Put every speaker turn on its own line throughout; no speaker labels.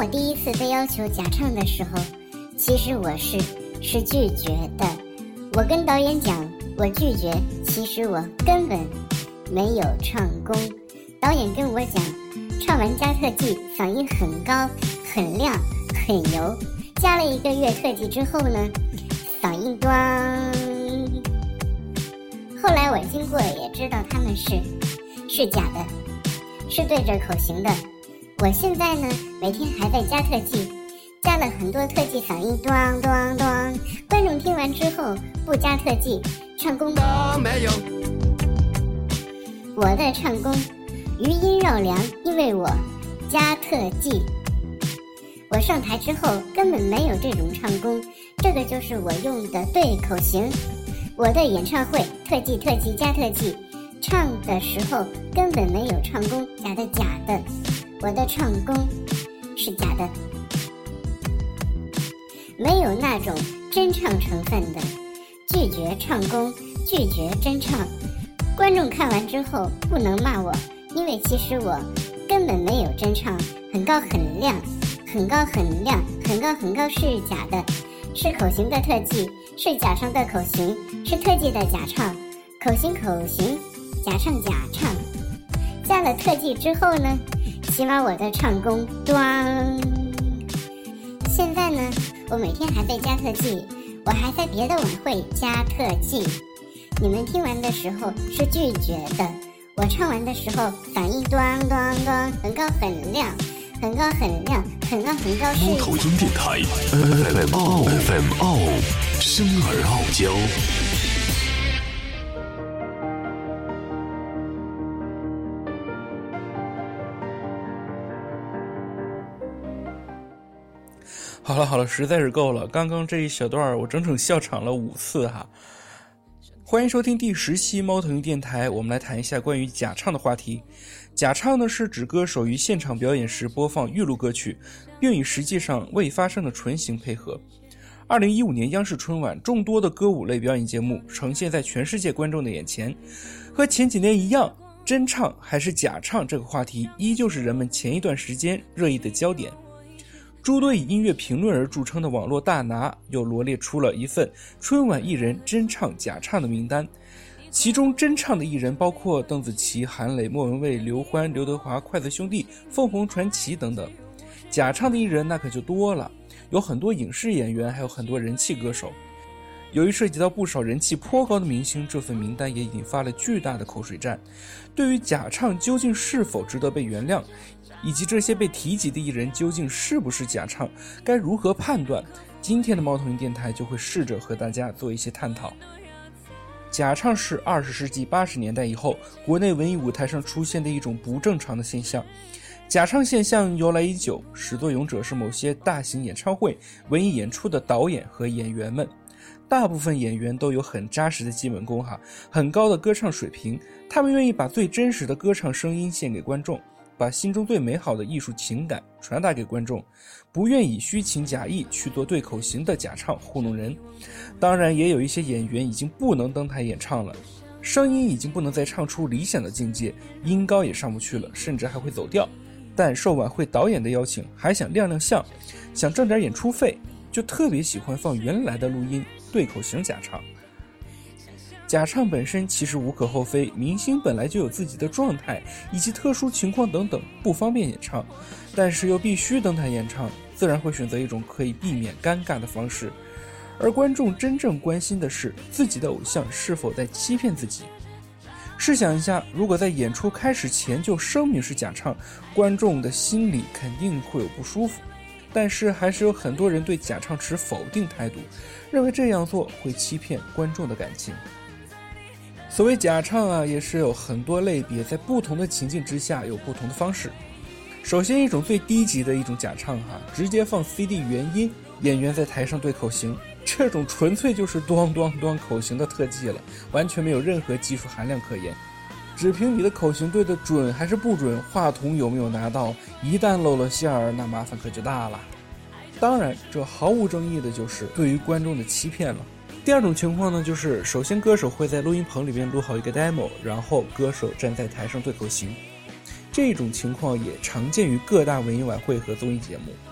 第一次被要求假唱的时候，其实我是拒绝的。我跟导演讲，我拒绝，其实我根本没有唱功。导演跟我讲，唱完加特技，嗓音很高、很亮、很油。加了1个月特技之后呢，嗓音端。后来我经过也知道他们是假的，是对着口型的。我现在呢，每天还在加特技，加了很多特技，嗓音端端端。观众听完之后不加特技，唱功没有。我的唱功余音绕梁，因为我加特技。我上台之后根本没有这种唱功，这个就是我用的对口型。我的演唱会特技加特技，唱的时候根本没有唱功，假的。我的唱功是假的，没有那种真唱成分的。拒绝唱功，拒绝真唱。观众看完之后不能骂我，因为其实我根本没有真唱，很高很亮，很高很亮，很高很高是假的，是口型的特技，是假唱的口型，是特技的假唱，口型，假唱。加了特技之后呢，起码我的唱功端。现在呢，我每天还在加特技，我还在别的晚会加特技。你们听完的时候是拒绝的，我唱完的时候嗓音端端端，很高很亮，很高很亮，很高很高是。
猫头鹰电台 FM 傲，生而傲娇。
好了，实在是够了。刚刚这一小段我整整笑场了5次哈。欢迎收听第10期猫头鹰电台，我们来谈一下关于假唱的话题。假唱呢，是指歌手于现场表演时播放预录歌曲，并与实际上未发生的纯形配合。2015年央视春晚，众多的歌舞类表演节目呈现在全世界观众的眼前。和前几年一样，真唱还是假唱这个话题依旧是人们前一段时间热议的焦点。诸多以音乐评论而著称的网络大拿又罗列出了一份春晚艺人真唱假唱的名单，其中真唱的艺人包括邓紫棋、韩磊、莫文蔚、刘欢、刘德华、筷子兄弟、凤凰传奇等等。假唱的艺人那可就多了，有很多影视演员，还有很多人气歌手。由于涉及到不少人气颇高的明星，这份名单也引发了巨大的口水战。对于假唱究竟是否值得被原谅，以及这些被提及的艺人究竟是不是假唱，该如何判断，今天的猫头鹰电台就会试着和大家做一些探讨。假唱是20世纪80年代以后国内文艺舞台上出现的一种不正常的现象。假唱现象由来已久，始作俑者是某些大型演唱会、文艺演出的导演和演员们。大部分演员都有很扎实的基本功很高的歌唱水平，他们愿意把最真实的歌唱声音献给观众，把心中最美好的艺术情感传达给观众，不愿以虚情假意去做对口型的假唱糊弄人。当然也有一些演员已经不能登台演唱了，声音已经不能再唱出理想的境界，音高也上不去了，甚至还会走调，但受晚会导演的邀请，还想亮亮相，想挣点演出费，就特别喜欢放原来的录音对口型假唱。假唱本身其实无可厚非，明星本来就有自己的状态以及特殊情况等等，不方便演唱，但是又必须登台演唱，自然会选择一种可以避免尴尬的方式。而观众真正关心的是自己的偶像是否在欺骗自己。试想一下，如果在演出开始前就声明是假唱，观众的心里肯定会有不舒服。但是还是有很多人对假唱持否定态度，认为这样做会欺骗观众的感情。所谓假唱也是有很多类别，在不同的情境之下有不同的方式。首先一种最低级的一种假唱直接放 CD 原音，演员在台上对口型，这种纯粹就是咚咚咚口型的特技了，完全没有任何技术含量可言。只凭你的口型对的准还是不准，话筒有没有拿到，一旦露了馅儿，那麻烦可就大了。当然这毫无争议的就是对于观众的欺骗了。第二种情况呢，就是首先歌手会在录音棚里面录好一个 demo， 然后歌手站在台上对口型。这种情况也常见于各大文艺晚会和综艺节目。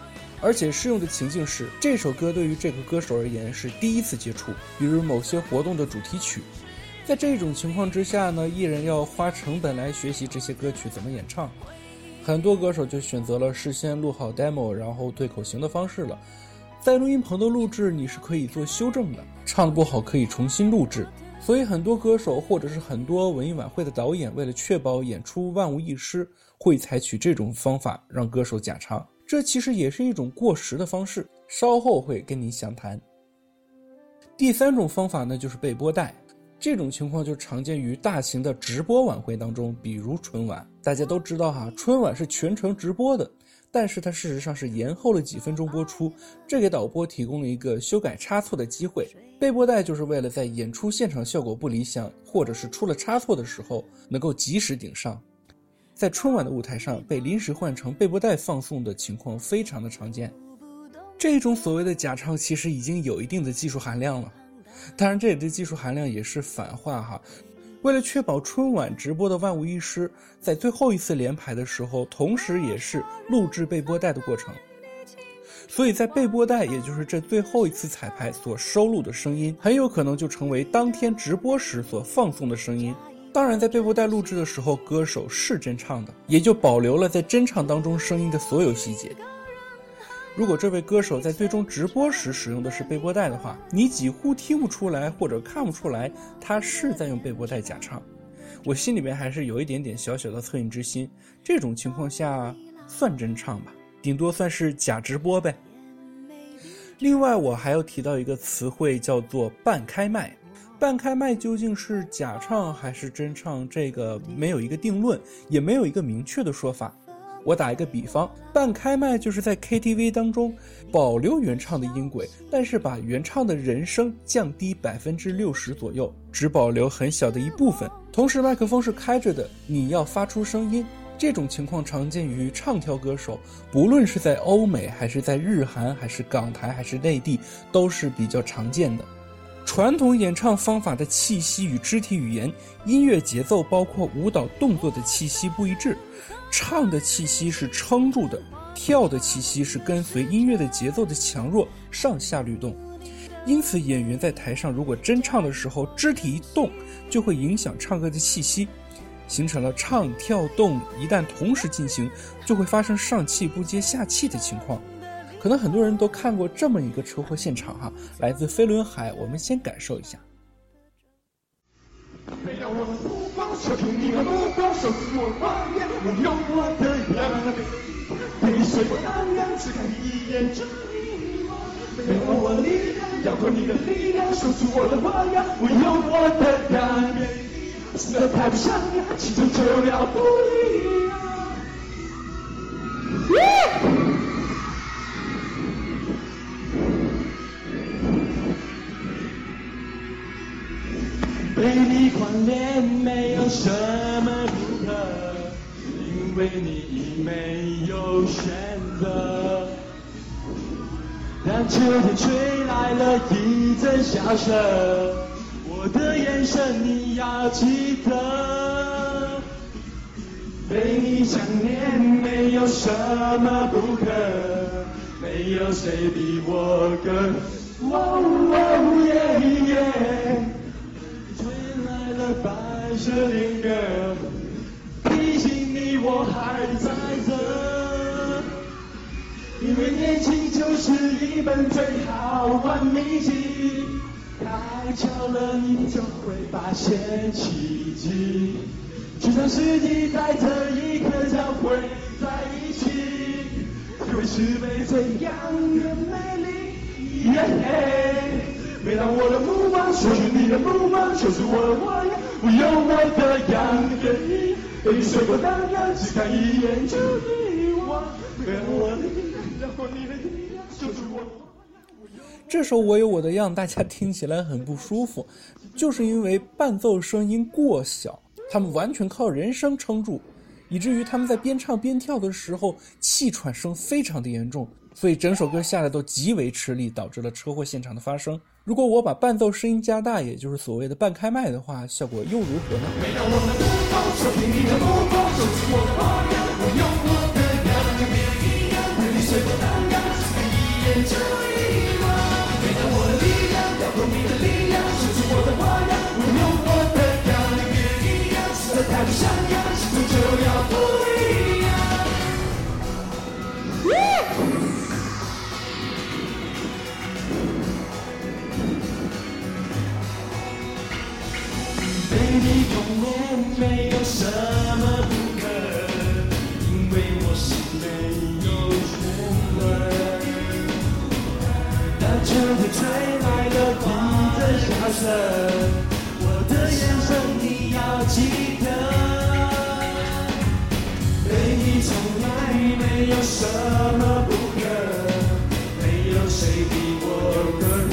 而且适用的情境是这首歌对于这个歌手而言是第一次接触，比如某些活动的主题曲。在这种情况之下呢，艺人要花成本来学习这些歌曲怎么演唱，很多歌手就选择了事先录好 demo 然后对口型的方式了。在录音棚的录制你是可以做修正的，唱得不好可以重新录制。所以很多歌手或者是很多文艺晚会的导演为了确保演出万无一失，会采取这种方法让歌手假唱，这其实也是一种过时的方式，稍后会跟您详谈。第三种方法呢，就是备播带。这种情况就常见于大型的直播晚会当中，比如春晚。大家都知道哈，春晚是全程直播的，但是它事实上是延后了几分钟播出，这给导播提供了一个修改差错的机会。备播带就是为了在演出现场效果不理想，或者是出了差错的时候，能够及时顶上。在春晚的舞台上被临时换成备播带放送的情况非常的常见。这种所谓的假唱其实已经有一定的技术含量了，当然这里的技术含量也是反话哈。为了确保春晚直播的万无一失，在最后一次连排的时候，同时也是录制备播带的过程。所以在备播带，也就是这最后一次彩排所收录的声音，很有可能就成为当天直播时所放送的声音。当然在备播带录制的时候，歌手是真唱的，也就保留了在真唱当中声音的所有细节。如果这位歌手在最终直播时使用的是备播带的话，你几乎听不出来或者看不出来他是在用备播带假唱。我心里面还是有一点点小小的恻隐之心，这种情况下算真唱吧，顶多算是假直播呗。另外我还要提到一个词汇，叫做半开麦。半开麦究竟是假唱还是真唱，这个没有一个定论，也没有一个明确的说法。我打一个比方，半开麦就是在 KTV 当中保留原唱的音轨，但是把原唱的人声降低 60% 左右，只保留很小的一部分，同时麦克风是开着的，你要发出声音。这种情况常见于唱跳歌手，不论是在欧美还是在日韩还是港台还是内地，都是比较常见的。传统演唱方法的气息与肢体语言、音乐节奏包括舞蹈动作的气息不一致，唱的气息是撑住的，跳的气息是跟随音乐的节奏的强弱上下律动。因此演员在台上如果真唱的时候肢体一动，就会影响唱歌的气息，形成了唱跳动一旦同时进行，就会发生上气不接下气的情况。可能很多人都看过这么一个车祸现场哈，来自飞轮海，我们先感受一下。
没让我的目光射出你的目光，手撕我画面，我有我的样，被你水过荡漾，只看你一眼就遗忘。没让我力量，要靠你的力量，说出我的花样，我有我的样，实在太不像样，其中就了不一样。被你狂恋没有什么不可，因为你已没有选择。当秋天吹来了一阵萧瑟，我的眼神你要记得。被你想念没有什么不可，没有谁比我更。白雪灵歌，提醒你我还在这，因为年轻就是一本最好玩秘籍，太巧了你就会发现奇迹，就像世纪在这一刻交汇在一起，就会是被这样的美丽。每当我的目光射出你的目光，就是我的花样，我有我的样，被你水过荡漾，只看一眼就遗忘。每当我的力量，然后你的力量，就是我的花样。
这首我有我的样，大家听起来很不舒服，就是因为伴奏声音过小，他们完全靠人声撑住，以至于他们在边唱边跳的时候气喘声非常的严重，所以整首歌下来都极为吃力，导致了车祸现场的发生。如果我把伴奏声音加大，也就是所谓的半开麦的话，效果又如何呢？
每当我的目光射进你的目光，手指我的花样，我有我的样，跟别人一样，被你水过荡漾，只看吹来了地的笑声，我的眼神你要记得，对你从来没有什么不可，没有谁比我更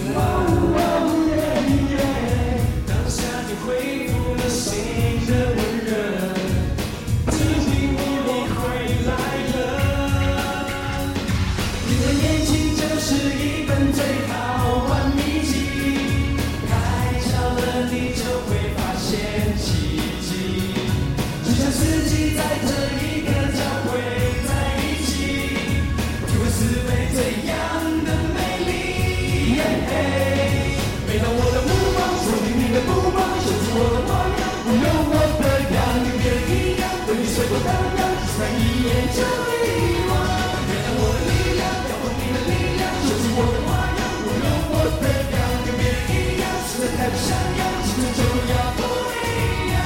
当下就恢复了心的温热，只因你回来了，因为年轻就是一本最好玩秘籍，开窍了你就会发现奇迹，就像四季在这一刻交汇在一起，体会思维这样的美丽。每当我的目光锁定你的目光，守住我的模样，不用我的样，跟别人一样，对你水过荡漾，只看一眼就遗忘。原谅我的力量，要碰你的力量，守住我的模样，不用我的样，跟别人一样，实在太不像样，青春就要不一样。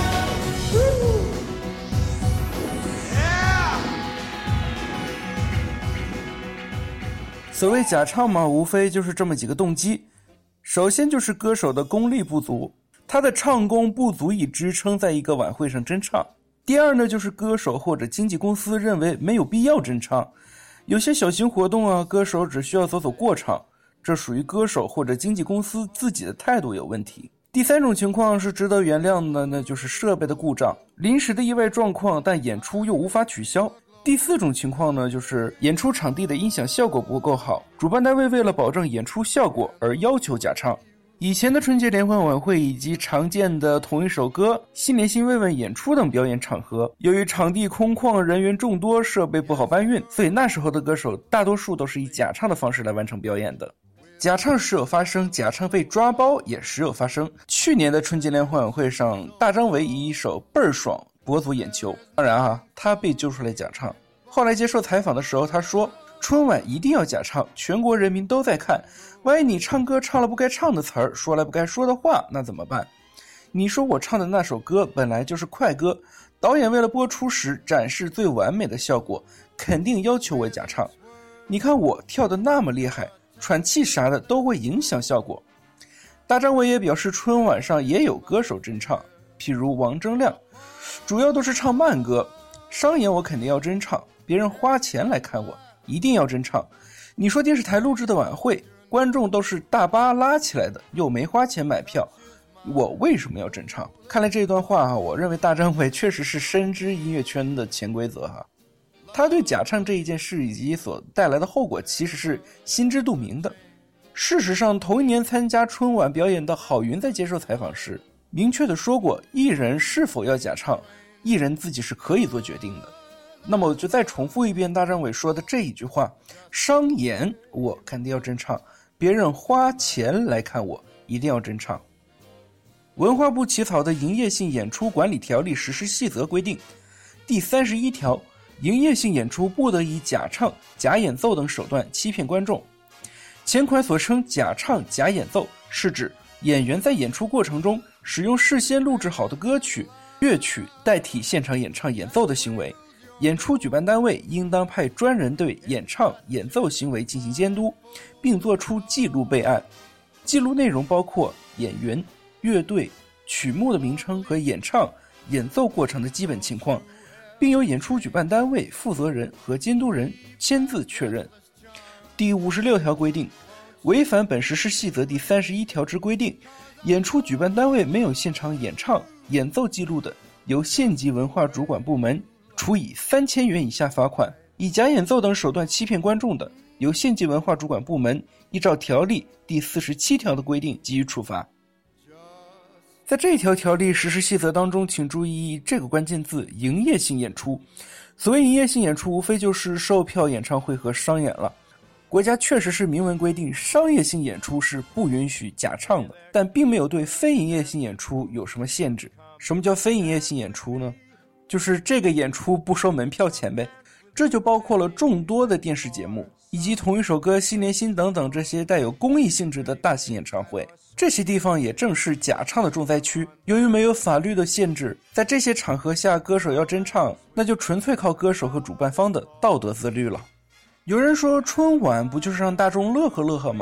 所谓假唱嘛，无非就是这么几个动机。首先就是歌手的功力不足，他的唱功不足以支撑在一个晚会上真唱。第二呢，就是歌手或者经纪公司认为没有必要真唱，有些小型活动啊，歌手只需要走走过场，这属于歌手或者经纪公司自己的态度有问题。第三种情况是值得原谅的，那就是设备的故障，临时的意外状况，但演出又无法取消。第四种情况呢，就是演出场地的音响效果不够好，主办单位为了保证演出效果而要求假唱。以前的春节联欢晚会以及常见的同一首歌、新年新慰问演出等表演场合，由于场地空旷、人员众多、设备不好搬运，所以那时候的歌手大多数都是以假唱的方式来完成表演的。假唱时有发生，假唱被抓包也时有发生。去年的春节联欢晚会上，大张伟以一首倍儿爽博足眼球，当然啊，他被揪出来假唱。后来接受采访的时候他说，春晚一定要假唱，全国人民都在看，万一你唱歌唱了不该唱的词儿，说了不该说的话，那怎么办？你说我唱的那首歌本来就是快歌，导演为了播出时展示最完美的效果，肯定要求我假唱。你看我跳得那么厉害，喘气啥的都会影响效果。大张伟也表示，春晚上也有歌手真唱，譬如王铮亮，主要都是唱慢歌。商演我肯定要真唱，别人花钱来看我，一定要真唱。你说电视台录制的晚会，观众都是大巴拉起来的，又没花钱买票，我为什么要真唱？看来这段话我认为大张伟确实是深知音乐圈的潜规则他对假唱这一件事以及所带来的后果其实是心知肚明的。事实上，同一年参加春晚表演的郝云在接受采访时明确地说过，艺人是否要假唱，艺人自己是可以做决定的。那么我就再重复一遍大张伟说的这一句话，商演我肯定要真唱，别人花钱来看我一定要真唱。文化部起草的营业性演出管理条例实施细则规定，第31条，营业性演出不得以假唱、假演奏等手段欺骗观众。前款所称假唱、假演奏，是指演员在演出过程中使用事先录制好的歌曲、乐曲代替现场演唱演奏的行为。演出举办单位应当派专人对演唱、演奏行为进行监督，并作出记录备案。记录内容包括演员、乐队、曲目的名称和演唱、演奏过程的基本情况，并由演出举办单位负责人和监督人签字确认。第56条规定，违反本实施细则第31条之规定，演出举办单位没有现场演唱、演奏记录的，由县级文化主管部门处以3000元以下罚款；以假演奏等手段欺骗观众的，由县级文化主管部门依照条例第47条的规定给予处罚。在这条条例实施细则当中，请注意这个关键字，营业性演出。所谓营业性演出，无非就是售票演唱会和商演了。国家确实是明文规定商业性演出是不允许假唱的，但并没有对非营业性演出有什么限制。什么叫非营业性演出呢？就是这个演出不收门票钱呗。这就包括了众多的电视节目，以及同一首歌、新年新等等这些带有公益性质的大型演唱会。这些地方也正是假唱的重灾区。由于没有法律的限制，在这些场合下歌手要真唱，那就纯粹靠歌手和主办方的道德自律了。有人说春晚不就是让大众乐呵乐呵吗？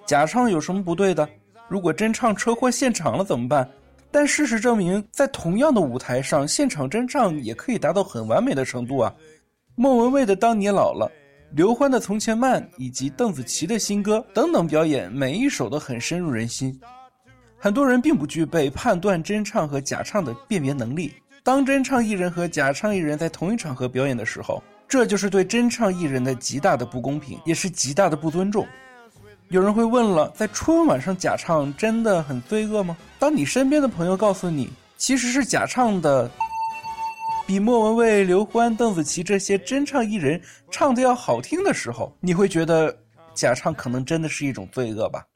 假唱有什么不对的？如果真唱车祸现场了怎么办？但事实证明，在同样的舞台上，现场真唱也可以达到很完美的程度啊。莫文蔚的《当你老了》，刘欢的《从前慢》，以及邓紫棋的新歌等等表演，每一首都很深入人心。很多人并不具备判断真唱和假唱的辨别能力。当真唱艺人和假唱艺人在同一场合表演的时候，这就是对真唱艺人的极大的不公平，也是极大的不尊重。有人会问了，在春晚上假唱真的很罪恶吗？当你身边的朋友告诉你，其实是假唱的比莫文蔚、刘欢、邓紫棋这些真唱艺人唱的要好听的时候，你会觉得假唱可能真的是一种罪恶吧。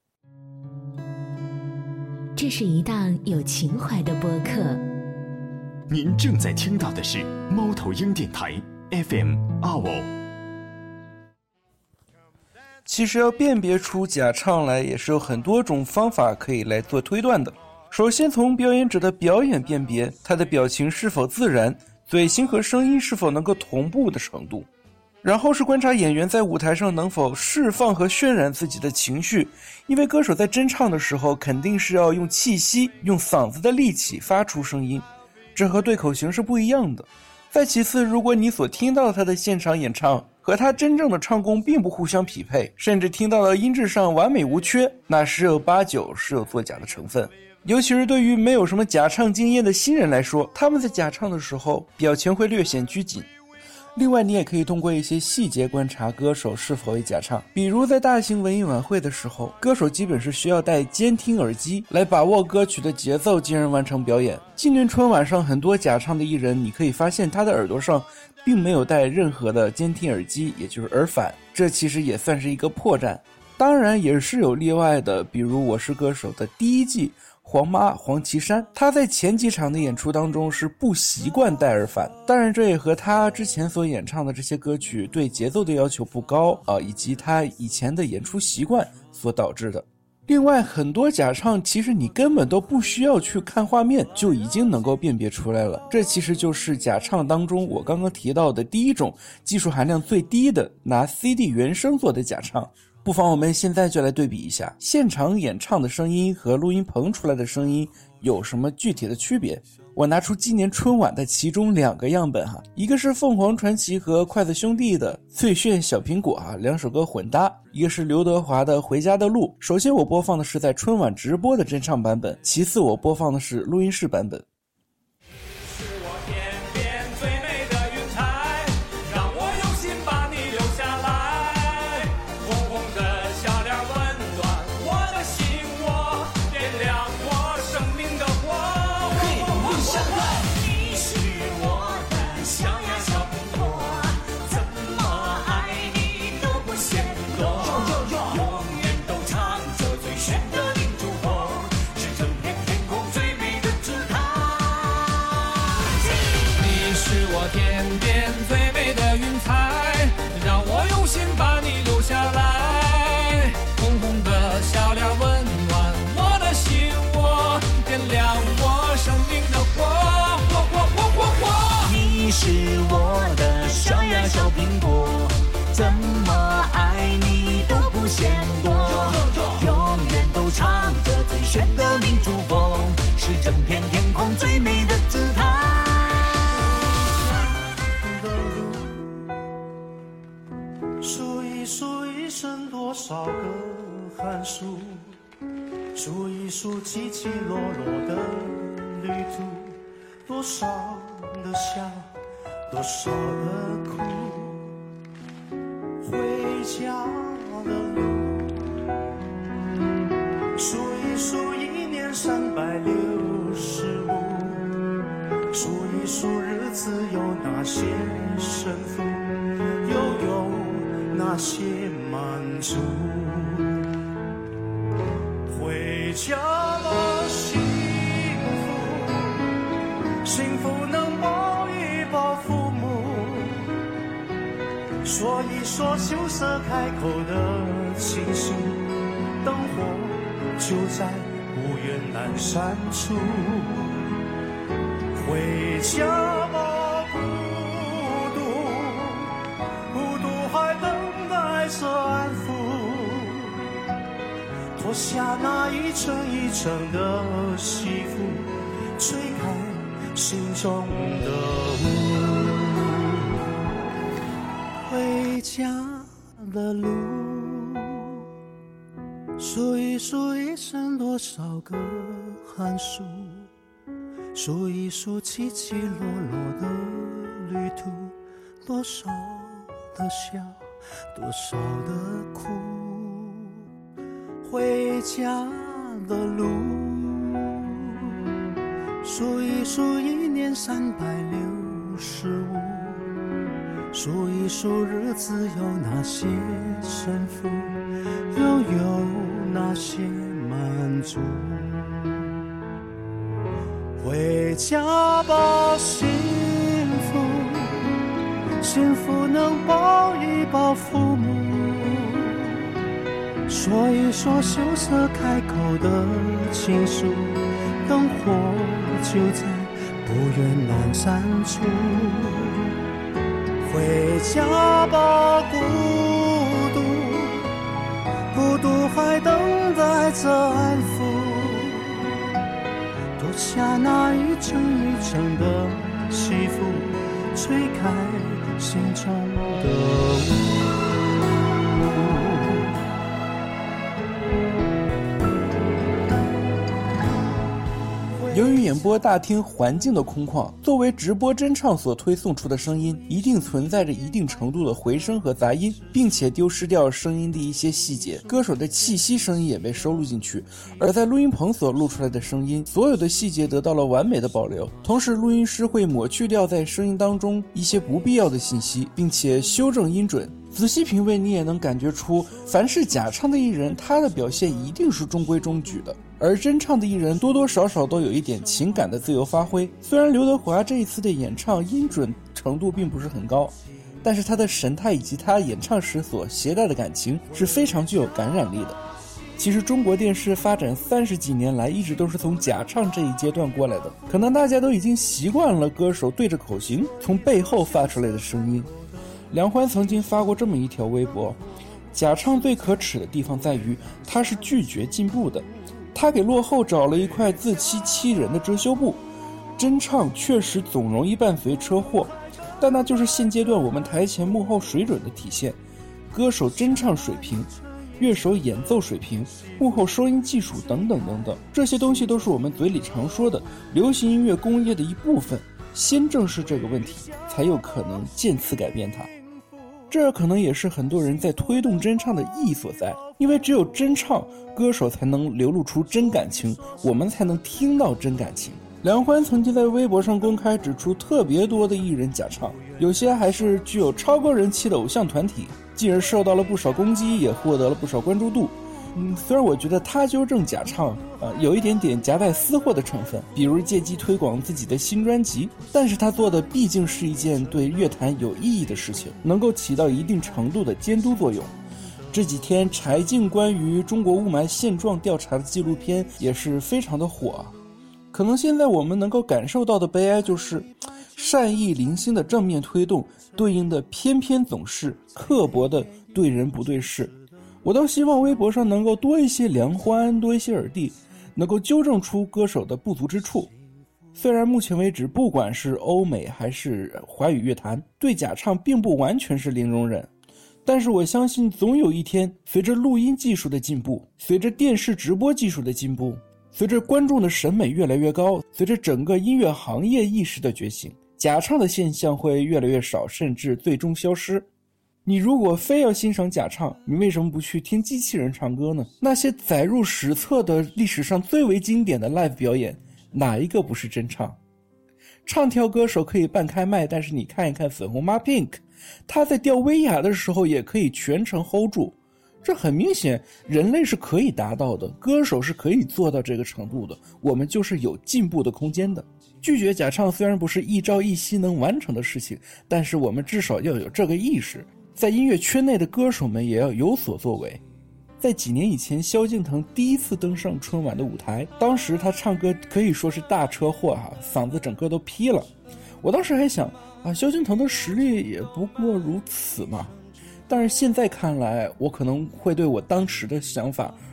这是一档有情怀的播客。
您正在听到的是猫头鹰电台 FM 25。
其实要辨别出假唱来，也是有很多种方法可以来做推断的。首先从表演者的表演辨别，他的表情是否自然，嘴型和声音是否能够同步的程度。然后是观察演员在舞台上能否释放和渲染自己的情绪，因为歌手在真唱的时候肯定是要用气息，用嗓子的力气发出声音，这和对口型是不一样的。再其次，如果你所听到他的现场演唱和他真正的唱功并不互相匹配，甚至听到了音质上完美无缺，那十有八九是有作假的成分。尤其是对于没有什么假唱经验的新人来说，他们在假唱的时候表情会略显拘谨。另外你也可以通过一些细节观察歌手是否为假唱，比如在大型文艺晚会的时候，歌手基本是需要戴监听耳机来把握歌曲的节奏，进而完成表演。今年春晚上很多假唱的艺人，你可以发现他的耳朵上并没有戴任何的监听耳机，也就是耳返，这其实也算是一个破绽。当然也是有例外的，比如《我是歌手》的第一季黄妈黄绮珊，她在前几场的演出当中是不习惯戴耳返，当然这也和她之前所演唱的这些歌曲对节奏的要求不高以及她以前的演出习惯所导致的。另外很多假唱其实你根本都不需要去看画面就已经能够辨别出来了，这其实就是假唱当中我刚刚提到的第一种技术含量最低的拿 CD 原声做的假唱。不妨我们现在就来对比一下现场演唱的声音和录音棚出来的声音有什么具体的区别。我拿出今年春晚的其中2个样本一个是凤凰传奇和筷子兄弟的最炫小苹果2首歌混搭，一个是刘德华的回家的路。首先我播放的是在春晚直播的真唱版本，其次我播放的是录音室版本。
是我的小呀小苹果，怎么爱你都不嫌多，永远都唱着最炫的民族风，是整片天空最美的姿态。
数一数一生多少个寒暑，数一数起起落落的旅途，多少的笑，多少的苦，回家的路，数一数1年365，数一数日子有哪些胜负，又有哪些满足，回家的幸福，幸福能抱一抱父母，说一说羞涩开口的情愫，灯火就在不远阑珊处，回家吧孤独，孤独还等待着安抚，
脱下那一层一层的西服，吹开心中的雾。回家的路，数一数一生多少个寒暑，数一数起起落落的旅途，多少的笑，多少的哭。回家的路，数一数一年365，数一数日子有哪些胜负，又有哪些满足。回家吧，幸福，幸福能抱一抱父母，说一说羞涩开口的情书，灯火就在不远阑珊处。回家吧，孤独，孤独还等待着安抚，脱下那一层一层的西服，吹开心中的雾。
由于演播大厅环境的空旷，作为直播真唱所推送出的声音一定存在着一定程度的回声和杂音，并且丢失掉声音的一些细节，歌手的气息声音也被收录进去，而在录音棚所录出来的声音，所有的细节得到了完美的保留。同时录音师会抹去掉在声音当中一些不必要的信息，并且修正音准。仔细品味，你也能感觉出，凡是假唱的艺人，他的表现一定是中规中矩的，而真唱的艺人多多少少都有一点情感的自由发挥。虽然刘德华这一次的演唱音准程度并不是很高，但是他的神态以及他演唱时所携带的感情是非常具有感染力的。其实中国电视发展30几年来，一直都是从假唱这一阶段过来的，可能大家都已经习惯了歌手对着口型从背后发出来的声音。梁欢曾经发过这么一条微博，假唱最可耻的地方在于他是拒绝进步的，他给落后找了一块自欺欺人的遮羞布。真唱确实总容易伴随车祸，但那就是现阶段我们台前幕后水准的体现。歌手真唱水平，乐手演奏水平，幕后收音技术等等等等，这些东西都是我们嘴里常说的流行音乐工业的一部分。先正视这个问题，才有可能渐次改变它。这可能也是很多人在推动真唱的意义所在，因为只有真唱，歌手才能流露出真感情，我们才能听到真感情。梁欢曾经在微博上公开指出，特别多的艺人假唱，有些还是具有超高人气的偶像团体，进而受到了不少攻击，也获得了不少关注度。虽然我觉得他纠正假唱有一点点夹带私货的成分，比如借机推广自己的新专辑，但是他做的毕竟是一件对乐坛有意义的事情，能够起到一定程度的监督作用。这几天柴静关于中国雾霾现状调查的纪录片也是非常的火。可能现在我们能够感受到的悲哀就是，善意零星的正面推动对应的偏偏总是刻薄的对人不对事。我倒希望微博上能够多一些梁欢，多一些耳帝，能够纠正出歌手的不足之处。虽然目前为止不管是欧美还是华语乐坛，对假唱并不完全是零容忍，但是我相信总有一天，随着录音技术的进步，随着电视直播技术的进步，随着观众的审美越来越高，随着整个音乐行业意识的觉醒，假唱的现象会越来越少，甚至最终消失。你如果非要欣赏假唱，你为什么不去听机器人唱歌呢？那些载入史册的历史上最为经典的 live 表演，哪一个不是真唱？唱跳歌手可以半开麦，但是你看一看粉红妈 Pink， 他在吊威亚的时候也可以全程 hold 住，这很明显人类是可以达到的，歌手是可以做到这个程度的，我们就是有进步的空间的。拒绝假唱虽然不是一朝一夕能完成的事情，但是我们至少要有这个意识，在音乐圈内的歌手们也要有所作为。在几年以前，萧敬腾第一次登上春晚的舞台，当时他唱歌可以说是大车祸嗓子整个都劈了。我当时还想萧敬腾的实力也不过如此嘛。但是现在看来，我可能会对我当时的想法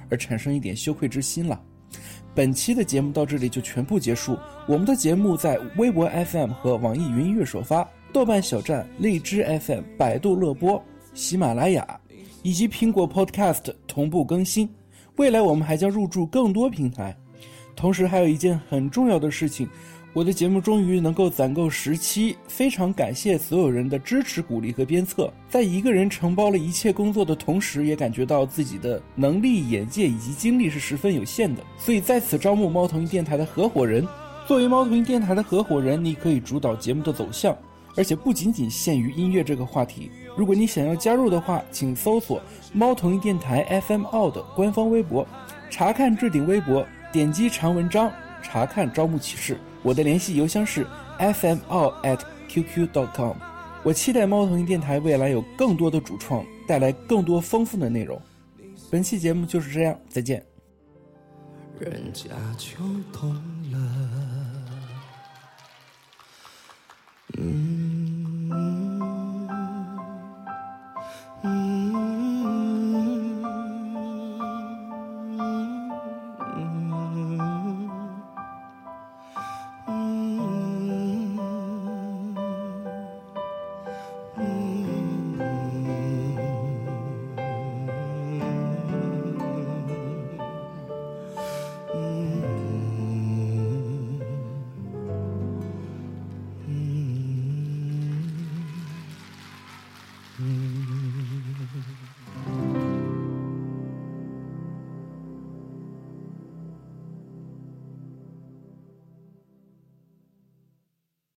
而产生一点羞愧之心了。本期的节目到这里就全部结束，我们的节目在微博 FM 和网易云音乐首发，豆瓣小站、荔枝 FM、百度乐播、喜马拉雅以及苹果 Podcast 同步更新，未来我们还将入驻更多平台。同时还有一件很重要的事情，我的节目终于能够攒够10期，非常感谢所有人的支持鼓励和鞭策。在一个人承包了一切工作的同时，也感觉到自己的能力、眼界以及精力是十分有限的，所以在此招募猫头鹰电台的合伙人。作为猫头鹰电台的合伙人，你可以主导节目的走向，而且不仅仅限于音乐这个话题。如果你想要加入的话，请搜索猫头鹰电台 FM 澳的官方微博，查看置顶微博，点击长文章查看招募启事。我的联系邮箱是 fmao@qq.com。 我期待猫头鹰电台未来有更多的主创，带来更多丰富的内容。本期节目就是这样，再见。
人家就懂了。Mm-hmm.